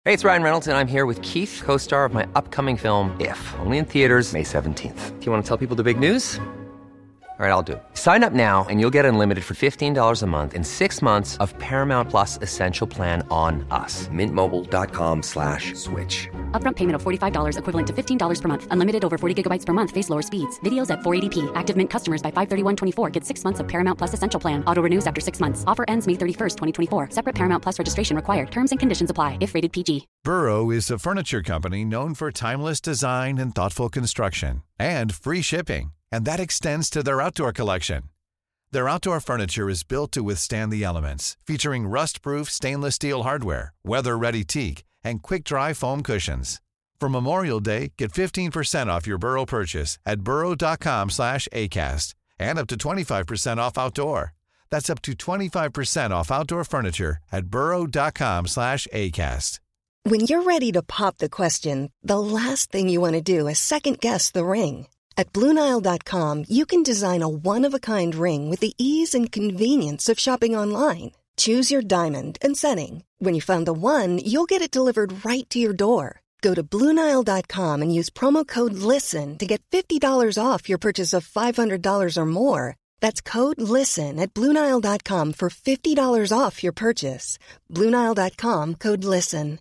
Hey, it's Ryan Reynolds, and I'm here with Keith, co-star of my upcoming film, If, only in theaters May 17th. Do you want to tell people the big news? All right, I'll do it. Sign up now and you'll get unlimited for $15 a month and 6 months of Paramount Plus Essential Plan on us. MintMobile.com/switch. Upfront payment of $45 equivalent to $15 per month. Unlimited over 40 gigabytes per month. Face lower speeds. Videos at 480p. Active Mint customers by 531.24 get 6 months of Paramount Plus Essential Plan. Auto renews after 6 months. Offer ends May 31st, 2024. Separate Paramount Plus registration required. Terms and conditions apply if rated PG. Burrow is a furniture company known for timeless design and thoughtful construction and free shipping. And that extends to their outdoor collection. Their outdoor furniture is built to withstand the elements, featuring rust-proof stainless steel hardware, weather-ready teak, and quick-dry foam cushions. For Memorial Day, get 15% off your Burrow purchase at burrow.com/acast and up to 25% off outdoor. That's up to 25% off outdoor furniture at burrow.com/acast. When you're ready to pop the question, the last thing you want to do is second-guess the ring. At BlueNile.com, you can design a one-of-a-kind ring with the ease and convenience of shopping online. Choose your diamond and setting. When you find the one, you'll get it delivered right to your door. Go to BlueNile.com and use promo code LISTEN to get $50 off your purchase of $500 or more. That's code LISTEN at BlueNile.com for $50 off your purchase. BlueNile.com, code LISTEN.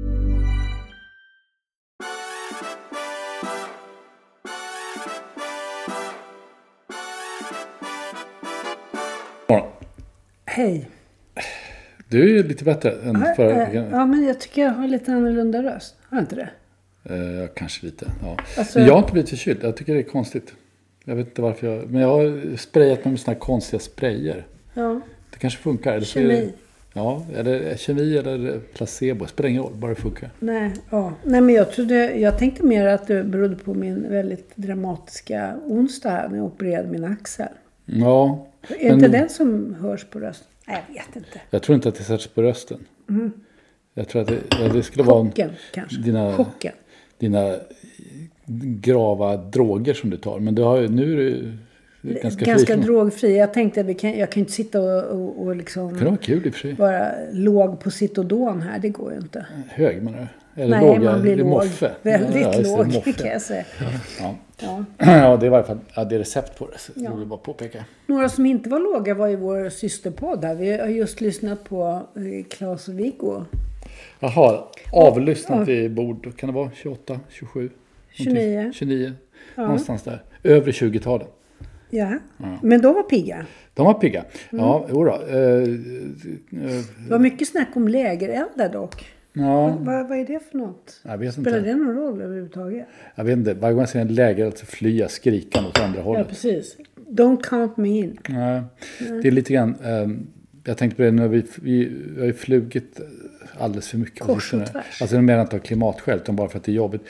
Hej. Du är lite bättre än förra veckan. Ja, men jag tycker jag har lite annorlunda röst. Har jag inte det? Kanske lite, ja. Alltså, jag har inte blivit förkyld. Jag tycker det är konstigt. Jag vet inte varför men jag har sprayat med såna här konstiga sprayer. Ja. Det kanske funkar. Eller kemi. Ja, eller kemi eller placebo. Spelar ingen roll, bara det funkar. Nej, men jag tänkte mer att det berodde på min väldigt dramatiska onsdag här när jag opererade min axel. Ja. Är inte den som hörs på rösten? Nej, jag vet inte. Jag tror inte att det sätts på rösten. Mm. Jag tror att det skulle Chocken, vara kanske. Chocken. Dina grava droger som du tar. Men du har, nu är du ganska drogfri. Jag tänkte jag kan ju inte sitta och liksom... Det var kul i och för sig. Vara låg på Citodon här, det går ju inte. Hög menar du? Eller nej, låg, man blir låg. Moffe. Väldigt låg kan jag säga. Ja, det är i varje fall det är recept på det. Så jag vill bara påpeka. Några som inte var låga var ju vår systerpodd här. Vi har just lyssnat på Claes och Viggo. Jaha, avlyssnat i bord. Kan det vara 28, 27? 29. Ja. Någonstans där. Övre 20-talen. Ja, men de var pigga. De var pigga. Ja, jodå. Det var mycket snack om lägereldar dock. Ja. Vad är det för något? Jag vet Spelar inte. det någon roll överhuvudtaget? Jag vet inte. Varje gång jag ser en lägereld så flyr jag skrikande åt andra hållet. Ja, precis. Don't count me in. Nej. Det är lite grann... jag tänkte på det när vi har ju flugit alldeles för mycket. Kors och tvärs. Alltså det är mer inte av klimatskäl utan bara för att det är jobbigt.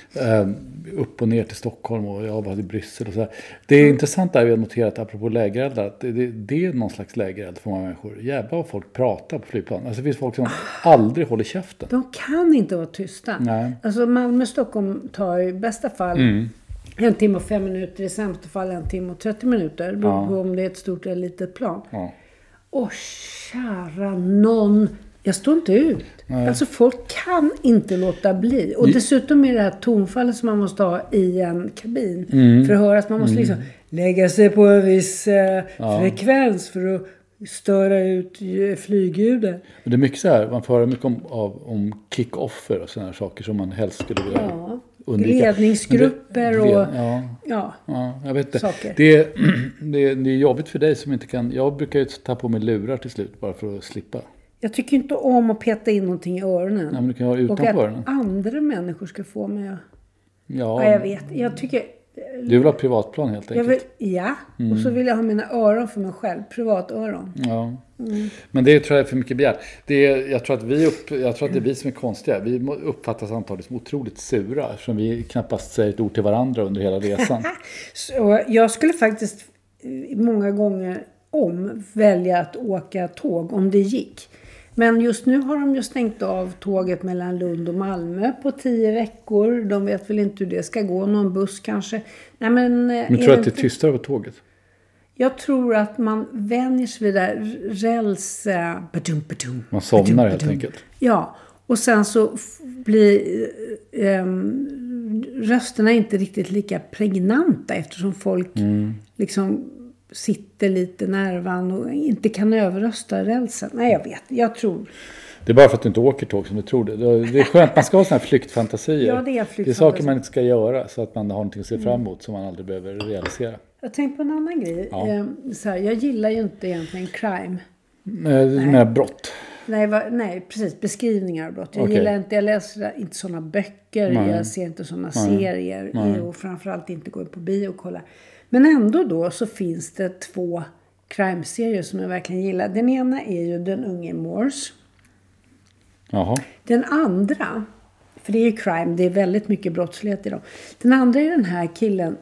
Upp och ner till Stockholm och jag har varit i Bryssel och så här. Det är intressant där vi har noterat apropå lägereldar att det är någon slags lägereld för många människor. Jävlar vad folk pratar på flygplan. Alltså det finns folk som aldrig håller käften. De kan inte vara tysta. Nej. Alltså Malmö-Stockholm tar i bästa fall 1 timme och 5 minuter, i sämsta fall 1 timme och 30 minuter. Det beror på om det är ett stort eller litet plan. Ja. Åh, kära någon. Jag står inte ut. Nej. Alltså folk kan inte låta bli. Och dessutom är det här tonfallet som man måste ha i en kabin. För att höra att man måste liksom lägga sig på en viss frekvens för att störa ut flygljudet. Det är mycket så här, man får höra mycket om kick-offer och sådana här saker som man helst skulle vilja undvika. Ledningsgrupper och jag vet inte. Saker. Det är jobbigt för dig som inte kan. Jag brukar ju ta på mig lurar till slut bara för att slippa. Jag tycker inte om att peta in någonting i öronen. Ja, men du kan ha utanför öronen. Och att andra människor ska få mig att... Ja, jag vet. Jag tycker... Du vill ha privatplan helt enkelt. Och så vill jag ha mina öron för mig själv. Privatöron. Ja. Men det tror jag är för mycket begärt. Jag tror att det är vi som är konstiga. Vi uppfattas antagligen som otroligt sura eftersom vi knappast säger ett ord till varandra under hela resan. Så jag skulle faktiskt många gånger välja att åka tåg om det gick. Men just nu har de ju stängt av tåget mellan Lund och Malmö på 10 veckor. De vet väl inte hur det ska gå. Någon buss kanske. Nej, men tror du att det är tystare på tåget? Jag tror att man vänjer sig vid där räls... Man somnar helt enkelt. Ja, Och sen så blir rösterna inte riktigt lika pregnanta eftersom folk liksom sitter lite närvan och inte kan överrösta rälsen. Nej, jag vet. Jag tror... Det är bara för att du inte åker tåg som du tror det. Det är skönt, man ska ha såna här flyktfantasier. Ja, det är flyktfantasier. Det är saker man inte ska göra så att man har någonting att se fram emot som man aldrig behöver realisera. Jag tänkte på en annan grej. Ja. Så här, jag gillar ju inte egentligen crime. Med brott. Nej, precis. Beskrivningar av brott. Jag läser inte sådana böcker. Nej. Jag ser inte sådana serier. Nej. Och framförallt inte går på bio och kolla. Men ändå då så finns det 2 crime-serier som jag verkligen gillar. Den ena är ju Den unge Morse. Jaha. Den andra, för det är ju crime, det är väldigt mycket brottslighet idag. Den andra är den här killen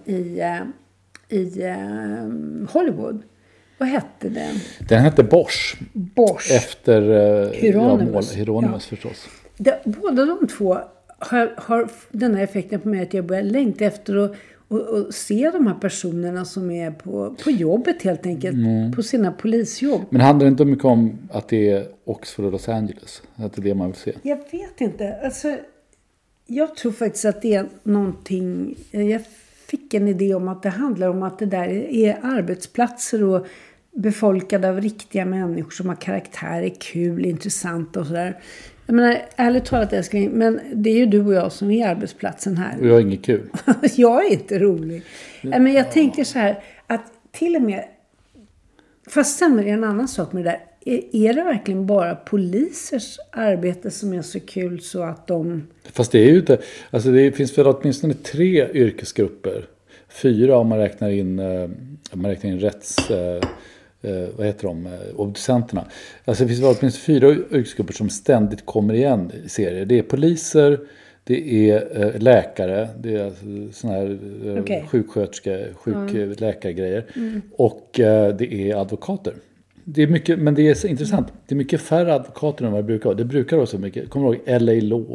i Hollywood. Vad hette den? Den hette Bosch. Efter Hieronymus förstås. Båda de 2 har den här effekten på mig att jag börjar längta efter att se de här personerna som är på jobbet helt enkelt. På sina polisjobb. Men handlar det inte mycket om att det är Oxford och Los Angeles? Att det är det man vill se? Jag vet inte. Alltså, jag tror faktiskt att det är någonting... Jag fick en idé om att det handlar om att det där är arbetsplatser och befolkade av riktiga människor som har karaktär, är kul, intressanta och sådär. Jag menar, ärligt talat älskling, men det är ju du och jag som är arbetsplatsen här. Och jag är inget kul. Jag är inte rolig. Men jag tänker så här, att till och med, fast sen är det en annan sak med det där. Är det verkligen bara polisers arbete som är så kul så att de... Fast det är ju inte, alltså det finns väl åtminstone 3 yrkesgrupper. 4 om man räknar in rätts... vad heter de? Obducenterna. Alltså det finns väl åtminstone 4 yrkesgrupper som ständigt kommer igen i serier. Det är poliser, det är läkare, det är såna här sjukläkargrejer och det är advokater. Det är mycket, men det är så intressant. Det är mycket färre advokater än vad det brukar vara. Det brukar vara så mycket. Kommer du ihåg LA Law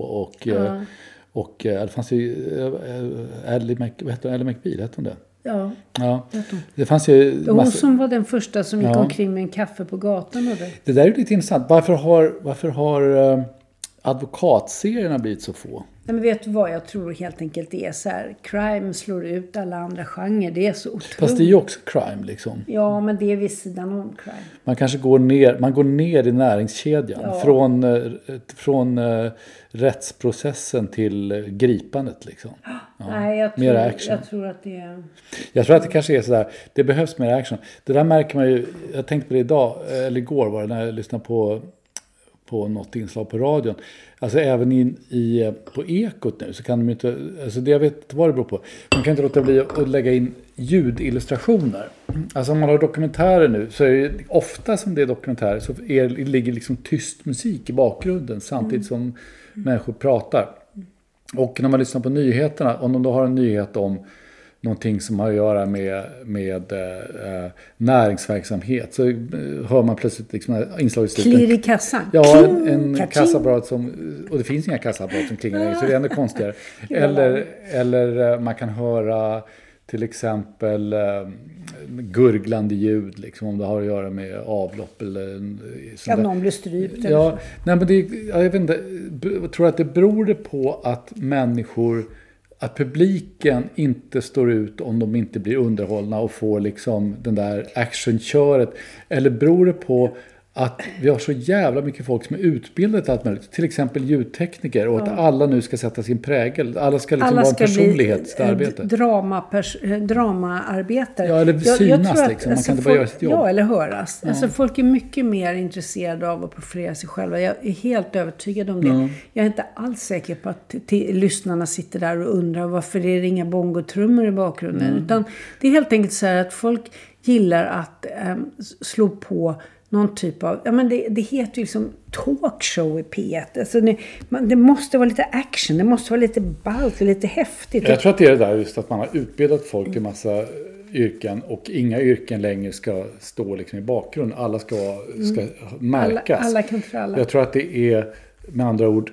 och det fanns ju Ally McBeal, hette hon det? Ja. Det fanns ju hon som var den första som gick omkring med en kaffe på gatan. Det där är lite intressant. Varför har advokatserierna blivit så få? Nej, men vet du vad, jag tror helt enkelt det är så här. Crime slår ut alla andra genrer. Det är så otroligt. Fast det är ju också crime liksom. Ja, men det är vid sidan om crime. Man kanske går ner i näringskedjan. Ja. Från rättsprocessen till gripandet liksom. Ja. Nej, jag tror att det är... Jag tror att det kanske är sådär. Det behövs mer action. Det där märker man ju. Jag tänkte på det igår var det när jag lyssnade på något inslag på radion. Alltså även på Ekot nu så kan de inte, alltså det jag vet vad det beror på. Man kan inte låta bli att lägga in ljudillustrationer. Alltså om man har dokumentärer nu så är det ofta som det är dokumentärer så ligger liksom tyst musik i bakgrunden samtidigt som människor pratar. Och när man lyssnar på nyheterna, om de då har en nyhet om någonting som har att göra med näringsverksamhet så hör man plötsligt liksom inslaget klirr i kassan. Ja, en kassaapparat som, och det finns inga kassaapparat som klingar längre så det är ännu konstigare. eller man kan höra till exempel gurglande ljud liksom, om det har att göra med avlopp eller någon blir strypt. Ja, nej, men jag vet inte, jag tror att det beror på att att publiken inte står ut om de inte blir underhållna och får liksom den där actionköret. Eller beror det på att vi har så jävla mycket folk som är utbildade allt möjligt. Till exempel ljudtekniker och att alla nu ska sätta sin prägel. Alla ska liksom vara en personlighetsarbete. Dramaarbetare. Ja, eller synas liksom. Man kan inte bara göra sitt jobb. Ja, eller höras. Ja. Alltså folk är mycket mer intresserade av att profilera sig själva. Jag är helt övertygad om det. Ja. Jag är inte alls säker på att lyssnarna sitter där och undrar varför det är inga bongotrummor i bakgrunden. Utan det är helt enkelt så här att folk gillar att slå på någon typ av, ja men det heter ju liksom talkshow i P1. Alltså det måste vara lite action, det måste vara lite ballt och lite häftigt. Jag tror att det är det där just att man har utbildat folk i massa yrken och inga yrken längre ska stå liksom i bakgrund. Alla ska märkas. Alla kan för alla. Jag tror att det är med andra ord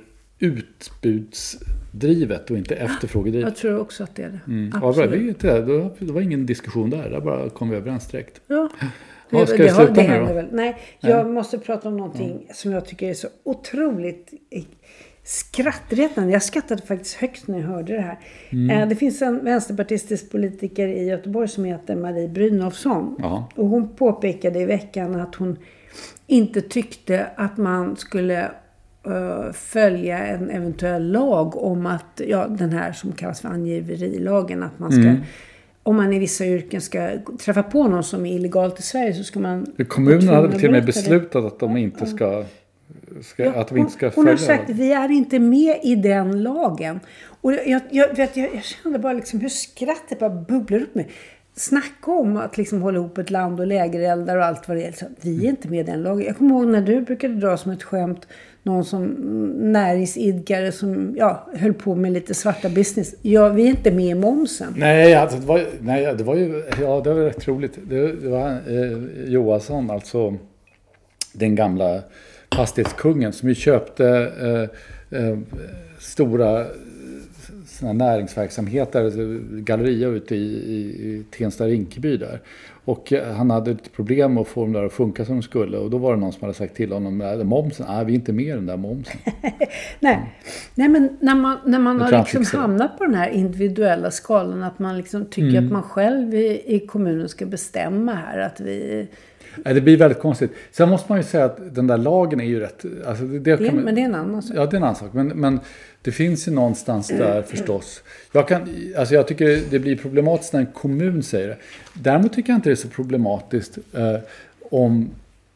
utbudsdrivet och inte efterfrågedrivet. Jag tror också att det är det. Ja, det var ingen diskussion där bara kom vi överens direkt. Ja. Det händer väl. Nej, jag måste prata om någonting som jag tycker är så otroligt skrattretande. Jag skrattade faktiskt högt när jag hörde det här. Det finns en vänsterpartistisk politiker i Göteborg som heter Marie Brynolfsson. Ja. Och hon påpekade i veckan att hon inte tyckte att man skulle följa en eventuell lag om att, den här som kallas för angiverilagen, att man ska, om man i vissa yrken ska träffa på någon som är illegalt i Sverige så ska man... Kommunen hade till och med beslutat att de inte ska att vi inte ska följa. Hon har sagt att vi är inte med i den lagen. Och jag kände bara liksom hur skrattet bara bubblar upp med. Snacka om att liksom hålla ihop ett land och lägereldar och allt vad det är. Så vi är inte med i den lagen. Jag kommer ihåg när du brukade dra som ett skämt någon som näringsidkare som höll på med lite svarta business. Vi är inte med i momsen. Nej, alltså det var rätt roligt. Det var Johansson, alltså den gamla fastighetskungen som ju köpte stora såna näringsverksamheter, gallerier ute i Tensta Rinkeby där. Och han hade ett problem med att få dem där att funka som de skulle. Och då var det någon som hade sagt till honom, momsen, vi är inte med i den där momsen. Nej, men när man har liksom hamnat på den här individuella skalan, att man liksom tycker att man själv i kommunen ska bestämma här, att vi... Det blir väldigt konstigt. Sen måste man ju säga att den där lagen är ju rätt... Alltså men det är en annan sak. Ja, det är en annan sak. Men det finns ju någonstans där förstås. Jag tycker det blir problematiskt när en kommun säger det. Däremot tycker jag inte det är så problematiskt om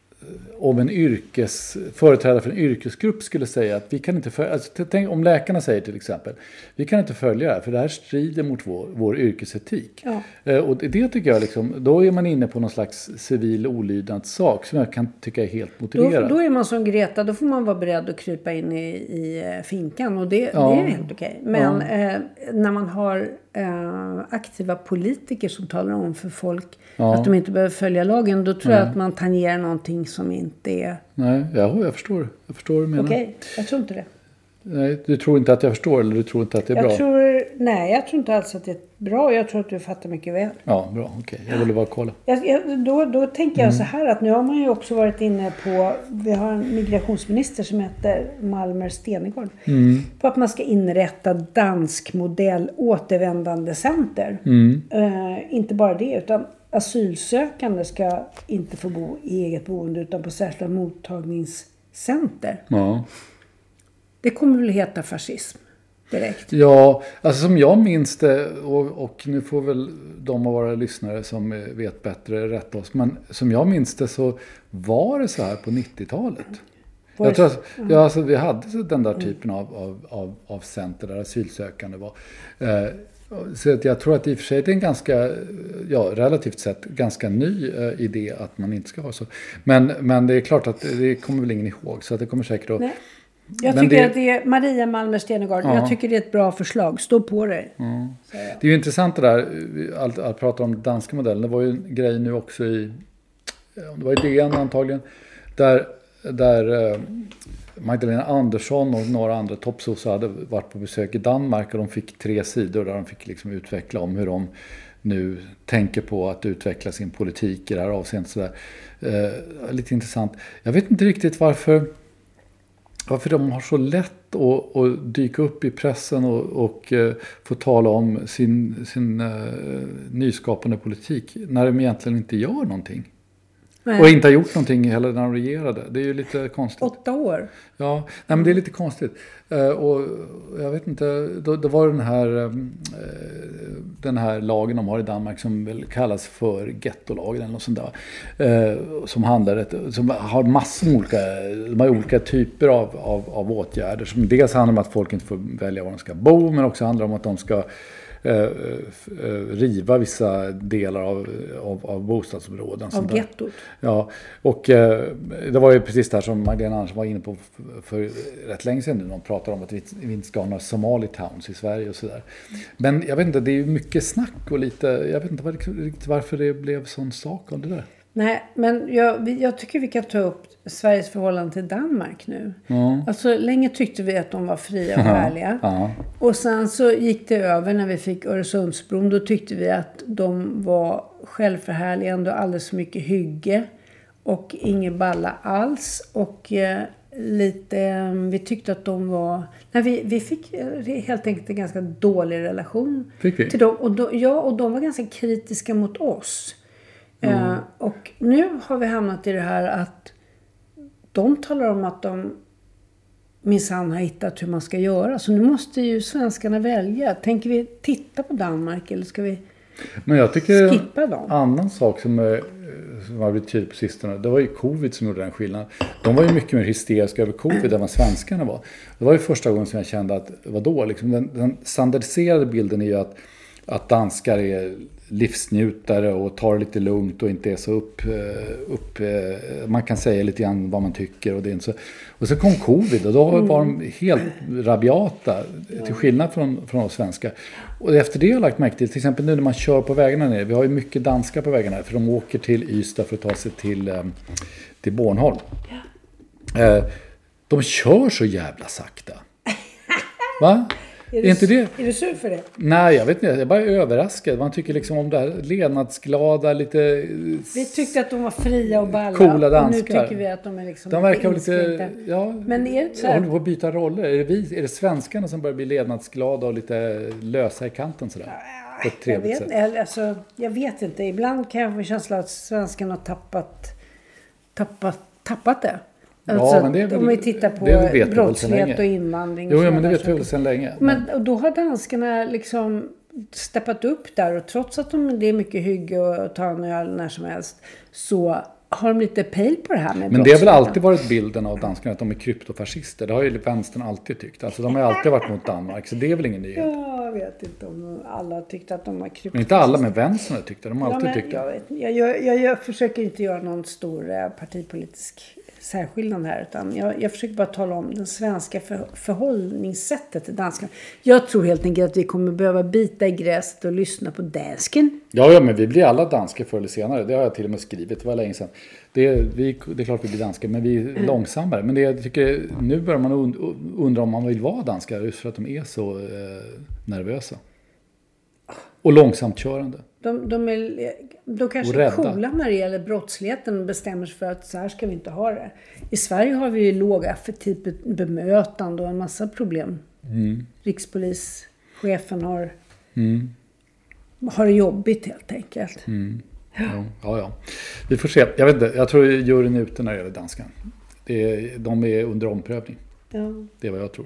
en företrädare för en yrkesgrupp skulle säga att vi kan inte följa... Alltså, tänk om läkarna säger till exempel, vi kan inte följa det här för det här strider mot vår yrkesetik. Ja. Och det tycker jag liksom, då är man inne på någon slags civil olydnadssak som jag kan tycka är helt motiverad. Då är man som Greta, då får man vara beredd att krypa in i finkan och det är helt okej. Men när man har aktiva politiker som talar om för folk att de inte behöver följa lagen, då tror jag att man tangerar någonting som inte är... Nej, jag förstår vad du menar. Okej, jag tror inte det. Nej, du tror inte att jag förstår eller du tror inte att det är bra? Jag tror inte alls att det är bra. Jag tror att du fattar mycket väl. Ja, bra. Okej. Jag ville bara kolla. Då tänker jag så här att nu har man ju också varit inne på... Vi har en migrationsminister som heter Malmer Stenergard. På att man ska inrätta dansk modell återvändande center. Inte bara det, utan asylsökande ska inte få bo i eget boende utan på särskilda mottagningscenter. Ja. Det kommer väl heta fascism direkt. Ja, alltså som jag minns det, och nu får väl de av våra lyssnare som vet bättre rätta oss, men som jag minns det så var det så här på 90-talet. Jag tror att vi hade den där typen av center där asylsökande var. Så att jag tror att i och för sig det är en ganska, relativt sett ganska ny idé att man inte ska ha så. Men det är klart att det kommer väl ingen ihåg, så att det kommer säkert att... Nej. Jag tycker att det är Maria Malmer Stenergard. Jag tycker det är ett bra förslag. Stå på dig. Det är ju intressant det där att prata om danska modellen. Det var ju en grej nu också det var i DN antagligen. Där Magdalena Andersson och några andra toppsossar hade varit på besök i Danmark och de fick 3 sidor där de fick liksom utveckla om hur de nu tänker på att utveckla sin politik i det här avseendet. Sådär. Lite intressant. Jag vet inte riktigt varför de har så lätt att dyka upp i pressen och få tala om sin nyskapande politik när de egentligen inte gör någonting. Nej. Och inte har gjort någonting heller när de regerade. Det är ju lite konstigt. 8 år. Ja, men det är lite konstigt. Och jag vet inte, då var den här lagen de har i Danmark som väl kallas för gettolagen eller något sånt där. Som har massor av olika typer av åtgärder. Som dels handlar om att folk inte får välja var de ska bo, men också handlar om att de ska riva vissa delar av bostadsområden. Av gettot. Ja, och det var ju precis det här som Magdalena Andersson var inne på för rätt länge sedan nu. De pratar om att vi inte ska ha några Somali towns i Sverige och sådär. Men jag vet inte, det är ju mycket snack och lite, jag vet inte riktigt varför det blev sån sak av det där. Nej, men jag tycker vi kan ta upp Sveriges förhållande till Danmark nu. Alltså länge tyckte vi att de var fria och härliga. Och sen så gick det över när vi fick Öresundsbron. Då tyckte vi att de var självförhärligande och alldeles för mycket hygge. Och ingen balla alls. Och vi tyckte att de var... Nej, vi fick helt enkelt en ganska dålig relation till dem. Och de var ganska kritiska mot oss. Och nu har vi hamnat i det här att de talar om att de minsann har hittat hur man ska göra. Så nu måste ju svenskarna välja. Tänker vi titta på Danmark eller ska vi skippa dem? En annan sak som har blivit tydligt på sistone, det var ju covid som gjorde den skillnaden. De var ju mycket mer hysteriska över covid än vad svenskarna var. Det var ju första gången som jag kände att vadå? Liksom den standardiserade bilden är ju att danskar är livsnjutare och tar det lite lugnt och inte är så man kan säga lite grann vad man tycker och det är inte så. Och så kom covid och då var de helt rabiata till skillnad från oss svenskar. Och efter det har jag lagt märke till exempel nu när man kör på vägarna ner. Vi har ju mycket danskar på vägarna för de åker till Ystad för att ta sig till Bornholm. De kör så jävla sakta. Va? Är du sur för det? Nej, jag vet inte. Jag är bara överraskad. Man tycker liksom om det här levnadsglada, lite... Vi tyckte att de var fria och balla. Coola danskar. Och nu tycker vi att de är liksom... De verkar lite... Ja, men är det så här... håller på att byta roller. Är det svenskarna som börjar bli levnadsglada och lite lösa i kanten sådär? På ett trevligt sätt. Jag vet inte. Ibland kan jag få känsla att svenskarna har tappat det. Alltså, ja, men det är väl, om vi tittar på brottslighet och invandring. Jo, men det vet vi väl sedan länge. Men då har danskarna liksom steppat upp där. Och trots att det är mycket hygge och ta en öl när som helst. Så har de lite pejl på det här med men det har väl alltid varit bilden av danskarna att de är kryptofascister. Det har ju vänstern alltid tyckt. Alltså de har alltid varit mot Danmark. Så det är väl ingen nyhet. Ja, jag vet inte om alla tyckte att de var kryptofascister. Men inte alla, med vänstern har tyckt det. De har alltid tyckt det. Jag försöker inte göra någon stor partipolitisk särskillnad här, utan jag försöker bara tala om den svenska förhållningssättet till danskarna. Jag tror helt enkelt att vi kommer behöva bita i gräset och lyssna på dansken. Ja, men vi blir alla danska förr eller senare. Det har jag till och med skrivit, det var länge sedan. Det är klart vi blir danska, men vi är långsammare. Men jag tycker, nu börjar man undra om man vill vara danska just för att de är så nervösa. Och långsamt körande. De kanske är coola när det gäller brottsligheten och bestämmer sig för att så här ska vi inte ha det. I Sverige har vi ju lågaffektivt bemötande och en massa problem. Rikspolischefen har det jobbigt helt enkelt. Ja. Vi får se. Jag vet inte, jag tror juryn är ute när det gäller danskan. De är under omprövning. Ja. Det är vad jag tror.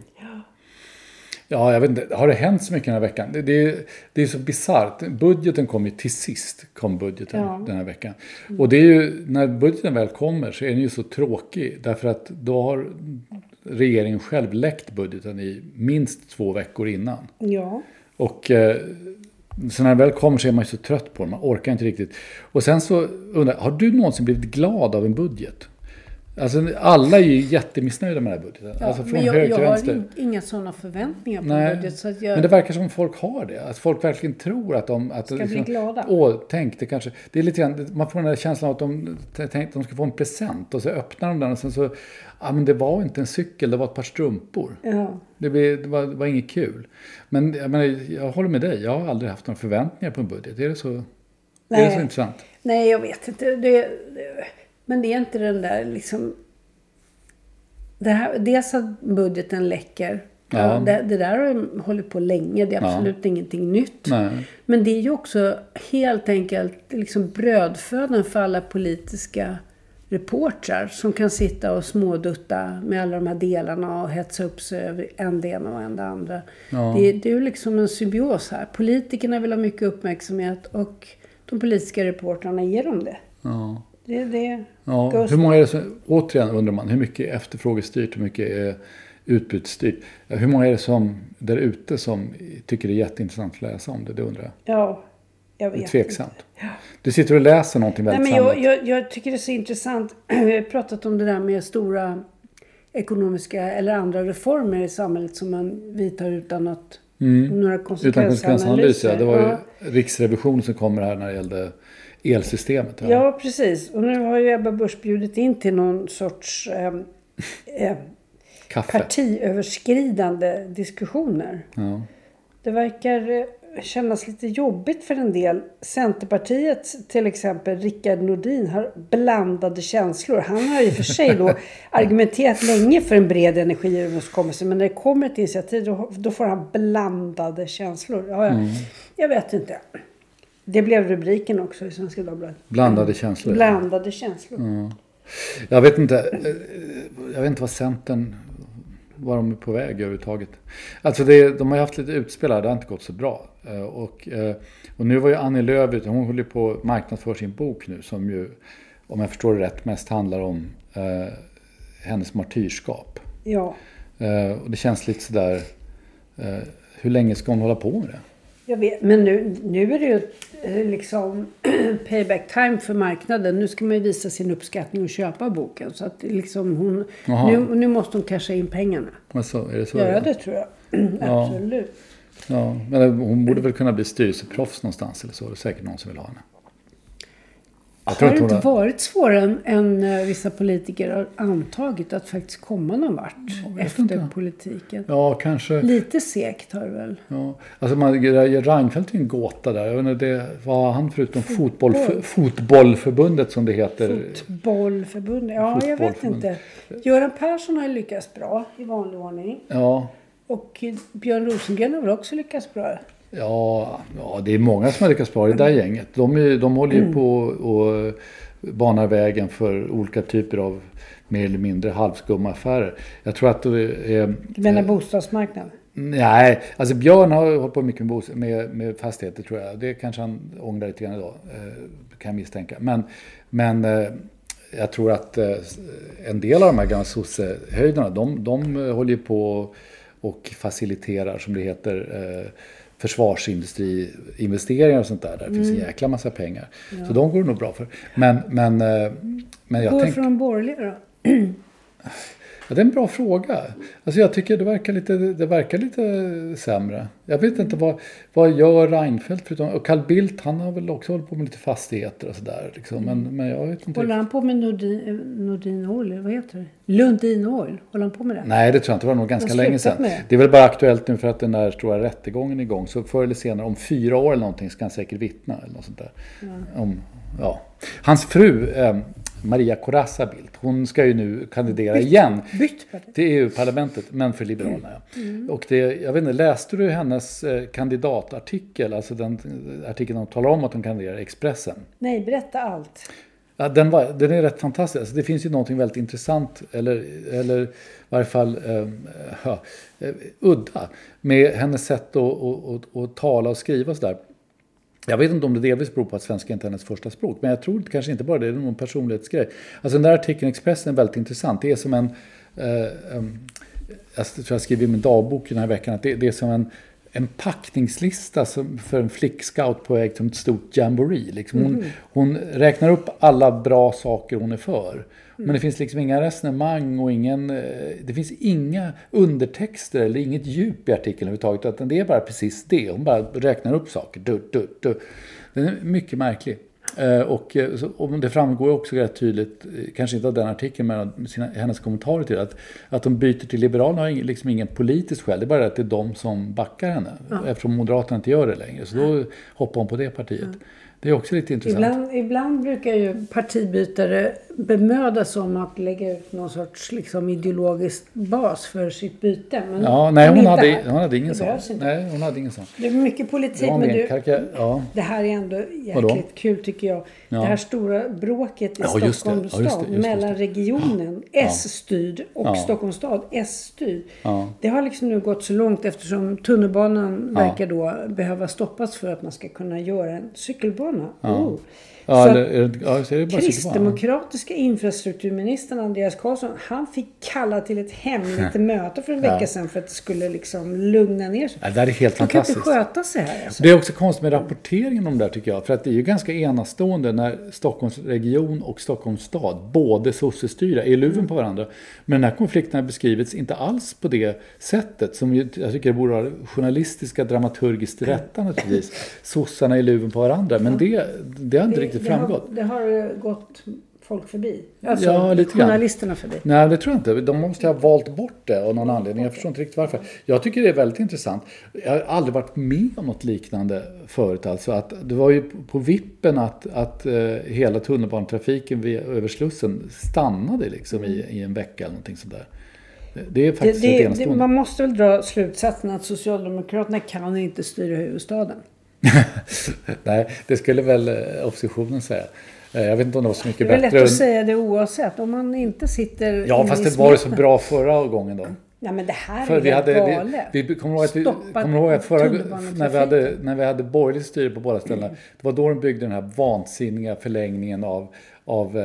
Ja, jag vet inte. Har det hänt så mycket den här veckan? Det är så bizarrt. Budgeten kom ju till sist, den här veckan. Och det är ju, när budgeten väl kommer så är den ju så tråkig. Därför att då har regeringen själv läckt budgeten i minst 2 veckor innan. Ja. Och så när den väl kommer så är man ju så trött på den. Man orkar inte riktigt. Och sen så undrar, har du någonsin blivit glad av en budget? Alltså alla är ju jättemissnöjda med den här budgeten. Ja, alltså från men höger jag vänster. har inga sådana förväntningar på en budget. Så att men det verkar som folk har det. Att folk verkligen tror att de... Att ska liksom, bli glada. Tänk det kanske. Det är lite grann, man får den här känslan av att de ska få en present. Och så öppnar de den och sen så... Ja, men det var inte en cykel, det var ett par strumpor. Ja. Det var inget kul. Men jag håller med dig. Jag har aldrig haft några förväntningar på en budget. Är det så intressant? Nej, jag vet inte. Men det är inte den där liksom... Dels att budgeten läcker. Ja. Det där har hållit på länge. Det är absolut ingenting nytt. Nej. Men det är ju också helt enkelt liksom brödfödan för alla politiska reportrar som kan sitta och smådutta med alla de här delarna och hetsa upp sig över en del och en det andra. Ja. Det är ju liksom en symbios här. Politikerna vill ha mycket uppmärksamhet och de politiska reportrarna ger dem det. Ja. Hur många är det som, återigen undrar man, hur mycket är efterfrågestyrt, hur mycket är utbudsstyrt? Hur många är det som där ute som tycker det är jätteintressant att läsa om det? Det undrar jag. Ja, jag vet. Det är tveksamt. Ja. Du sitter och läser någonting väldigt samlat. Jag tycker det är så intressant. Jag har pratat om det där med stora ekonomiska eller andra reformer i samhället som man vidtar utan att några konsekvensanalyser. Det var ju Riksrevisionen som kommer här när det gällde elsystemet. Ja, precis. Och nu har ju Ebba Busch bjudit in till någon sorts partiöverskridande diskussioner. Ja. Det verkar kännas lite jobbigt för en del. Centerpartiet, till exempel Rickard Nordin, har blandade känslor. Han har i och för sig då argumenterat länge för en bred energiöverenskommelse, men när det kommer ett initiativ då får han blandade känslor. Jag vet inte. Det blev rubriken också i Svenska Dagbladet. Blandade känslor. Blandade känslor. Ja. Jag vet inte vad Centern, var de är på väg överhuvudtaget. Alltså de har ju haft lite utspel här, det har inte gått så bra. Och nu var ju Annie Lööf, hon håller på att marknadsföra sin bok nu, som ju, om jag förstår det rätt, mest handlar om hennes martyrskap. Ja. Och det känns lite sådär, hur länge ska hon hålla på med det? Jag vet, men nu är det ju liksom payback time för marknaden. Nu ska man ju visa sin uppskattning och köpa boken. Så att liksom nu måste hon casha in pengarna. Alltså, är det så? Ja, det tror jag. Absolut. Ja, men hon borde väl kunna bli styrelseproffs någonstans eller så. Det är säkert någon som vill ha henne. Har det inte varit svårare än vissa politiker har antagit att faktiskt komma någon vart efter politiken? Ja, kanske. Lite segt har det väl. Ja, alltså Reinfeldt är en gåta där. Jag vet inte, vad har han förutom fotbollförbundet som det heter? Fotbollförbundet, ja jag vet inte. Göran Persson har ju lyckats bra i vanlig ordning. Ja. Och Björn Rosengren har väl också lyckats bra. Ja, det är många som har lyckats bra i det där gänget. De håller ju på och banar vägen för olika typer av mer eller mindre halvskumma affärer. Jag tror att det är... Du menar bostadsmarknaden? Nej, alltså Björn har hållit på mycket med fastigheter, tror jag. Det kanske han ångrar lite grann idag, kan jag misstänka. Men jag tror att en del av de här gamla sossehöjderna, de håller ju på och faciliterar, som det heter, försvarsindustriinvesteringar och sånt där. Där finns en jäkla massa pengar. Ja. Så de går det nog bra för. Men jag går för de borgerliga då? Ja, det är en bra fråga. Alltså jag tycker det verkar lite sämre. Jag vet inte vad gör Reinfeldt förutom, och Carl Bildt, han har väl också hållit på med lite fastigheter och sådär liksom. Men jag vet inte. Håller han på med Nordin Oil, vad heter det? Lundin Oil, håller han på med det? Nej, det tror jag inte, det var nog ganska länge sedan. Det är väl bara aktuellt nu för att den där stora rättegången är igång. Så förr eller senare, om 4 år eller någonting, ska han säkert vittna eller något sånt där. Hans fru Maria Corazza Bildt, hon ska ju nu kandidera igen till EU-parlamentet, men för Liberalerna. Och jag vet inte, läste du hennes kandidatartikel, alltså den artikeln som talar om att hon kandiderar i Expressen? Nej, berätta allt. Ja, den är rätt fantastisk. Alltså, det finns ju någonting väldigt intressant, eller i varje fall udda, med hennes sätt att tala och skriva sådär. Jag vet inte om det delvis beror på att svenska inte är hennes första språk, men jag tror kanske inte bara det är någon personlighetsgrej. Alltså den där artikeln i Expressen är väldigt intressant. Det är som jag tror jag skriver i min dagbok den här veckan, att det är som en packningslista för en flickscout på väg till ett stort jamboree. Liksom hon räknar upp alla bra saker hon är för. Men det finns liksom inga resonemang och det finns inga undertexter eller inget djup i artikeln överhuvudtaget. Utan det är bara precis det. Hon bara räknar upp saker. Den är mycket märklig. Och det framgår också rätt tydligt, kanske inte av den artikeln, men hennes kommentarer till att de byter till Liberalerna har liksom ingen politisk skäl. Det är bara att det är de som backar henne. Eftersom Moderaterna inte gör det längre. Så då hoppar hon på det partiet. Det är också lite intressant. Ibland brukar ju partibytare bemödas om att lägga ut någon sorts liksom ideologisk bas för sitt byte. Men nej, hon hade ingen sån. Nej, hon hade ingen sån. Det är mycket politik, men det här är ändå jäkligt kul tycker jag. Ja. Det här stora bråket i Stockholms stad mellan regionen S-styrd och Stockholms stad S-styrd. Ja. Det har liksom nu gått så långt eftersom tunnelbanan verkar då behöva stoppas för att man ska kunna göra en cykelbana. Ja. Kristdemokratiska infrastrukturministern Andreas Karlsson, han fick kalla till ett hemligt möte för en vecka sedan för att det skulle liksom lugna ner sig. Ja, det är helt fantastiskt. Man kan inte sköta sig här. Alltså. Det är också konstigt med rapporteringen om det där tycker jag. För att det är ju ganska enastående när Stockholms region och Stockholms stad, både sossestyra, är luven på varandra. Men den här konflikten har beskrivits inte alls på det sättet som jag tycker det borde vara journalistiska, dramaturgiskt rätta naturligtvis. Sossarna är luven på varandra. Men men det har inte riktigt framgått. Det har gått folk förbi. Alltså lite journalisterna förbi. Nej, det tror jag inte. De måste ha valt bort det av någon anledning. Jag förstår inte riktigt varför. Jag tycker det är väldigt intressant. Jag har aldrig varit med om något liknande förut. Alltså att det var ju på vippen att hela tunnelbanetrafiken över Slussen stannade liksom i en vecka eller någonting sådär. Det är faktiskt enastående. Man måste väl dra slutsatsen att Socialdemokraterna kan inte styra huvudstaden. Nej, det skulle väl oppositionen säga. Jag vet inte om det var så mycket bättre. Det är lätt att säga det oavsett. Om man inte sitter... Ja, fast det var ju så bra förra gången då. Ja, men det här för är galet. Vi kommer ihåg att när vi hade borgerligt styre på båda ställena. Det var då de byggde den här vansinniga förlängningen av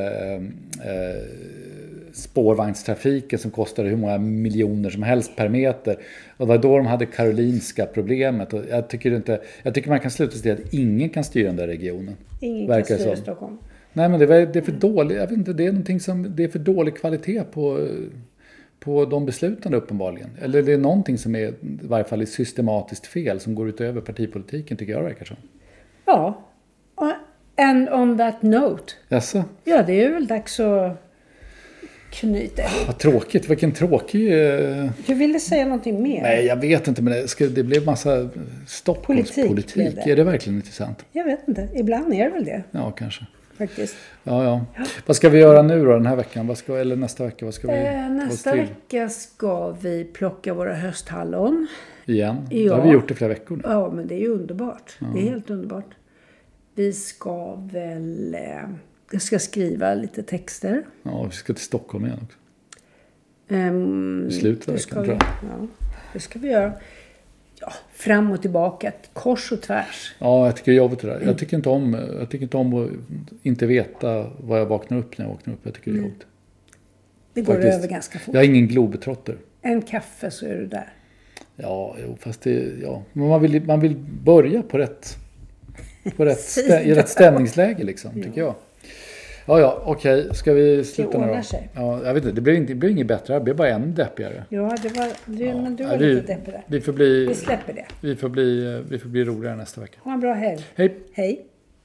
spårvagnstrafiken som kostade hur många miljoner som helst per meter. Och det var då de hade Karolinska problemet. Och jag tycker man kan sluta sig att ingen kan styra den där regionen. Ingen kan styra Stockholm. Nej, men det är för dåligt. Jag vet inte, det är någonting det är för dålig kvalitet på de beslutande uppenbarligen. Eller det är någonting som är i varje fall systematiskt fel som går utöver partipolitiken, tycker jag verkar som. Ja. And on that note. Jaså? Ja, det är väl dags att knyta. Vad tråkigt, vilken tråkig... Du ville säga någonting mer? Nej, jag vet inte, men det blev massa Stockholmspolitik. Är det verkligen intressant? Jag vet inte, ibland är det väl det. Ja, kanske. Faktiskt. Ja. Vad ska vi göra nu då den här veckan? Eller nästa vecka? Vad ska vi nästa vecka ska vi plocka våra hösthallon. Igen? Ja. Det har vi gjort i flera veckor nu. Ja, men det är ju underbart. Ja. Det är helt underbart. Vi ska väl... Jag ska skriva lite texter. Ja, vi ska till Stockholm igen också. Slutverkan, tror jag. Ja, det ska vi göra. Ja, fram och tillbaka, kors och tvärs. Ja, jag tycker det är jobbigt det där. Jag tycker inte om att inte veta vad jag vaknar upp när jag vaknar upp. Jag tycker det är jobbigt. Det går över ganska fort. Jag är ingen globetrotter. En kaffe så är du där. Ja, fast men man vill börja på rätt i rätt stämningsläge liksom, tycker jag. Ja, okej. Ska vi sluta nu då? Ja, jag vet inte, det blir inget bättre. Det blir bara ännu deppigare. Ja, men du var lite deppig där. Vi släpper det. Vi får bli roligare nästa vecka. Ha en bra helg. Hej.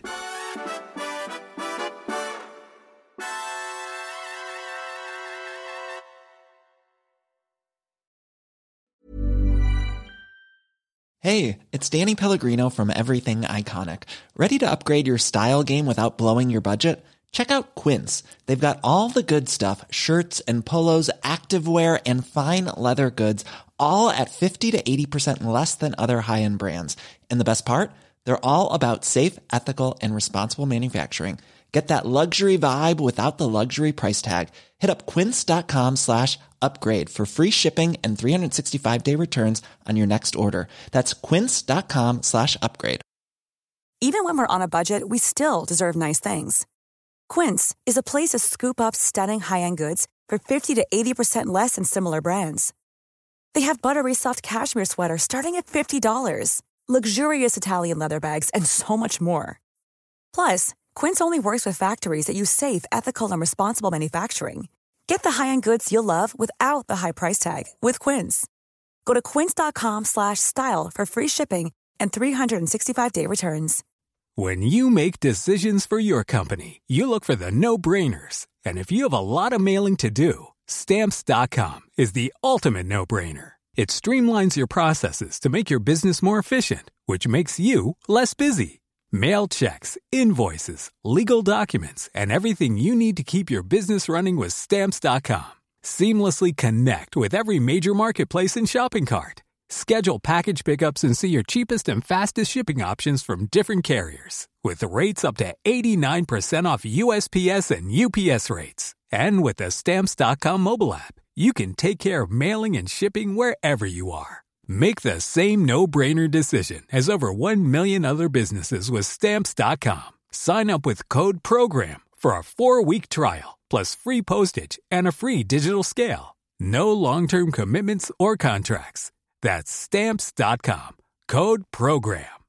Hey, it's Danny Pellegrino from Everything Iconic. Ready to upgrade your style game without blowing your budget? Check out Quince. They've got all the good stuff, shirts and polos, activewear, and fine leather goods, all at 50 to 80% less than other high-end brands. And the best part? They're all about safe, ethical, and responsible manufacturing. Get that luxury vibe without the luxury price tag. Hit up quince.com/upgrade for free shipping and 365-day returns on your next order. That's quince.com/upgrade. Even when we're on a budget, we still deserve nice things. Quince is a place to scoop up stunning high-end goods for 50 to 80% less than similar brands. They have buttery soft cashmere sweaters starting at $50, luxurious Italian leather bags, and so much more. Plus, Quince only works with factories that use safe, ethical, and responsible manufacturing. Get the high-end goods you'll love without the high price tag with Quince. Go to quince.com/style for free shipping and 365-day returns. When you make decisions for your company, you look for the no-brainers. And if you have a lot of mailing to do, Stamps.com is the ultimate no-brainer. It streamlines your processes to make your business more efficient, which makes you less busy. Mail checks, invoices, legal documents, and everything you need to keep your business running with Stamps.com. Seamlessly connect with every major marketplace and shopping cart. Schedule package pickups and see your cheapest and fastest shipping options from different carriers. With rates up to 89% off USPS and UPS rates. And with the Stamps.com mobile app, you can take care of mailing and shipping wherever you are. Make the same no-brainer decision as over 1 million other businesses with Stamps.com. Sign up with code PROGRAM for a 4-week trial, plus free postage and a free digital scale. No long-term commitments or contracts. That's Stamps.com. Code PROGRAM.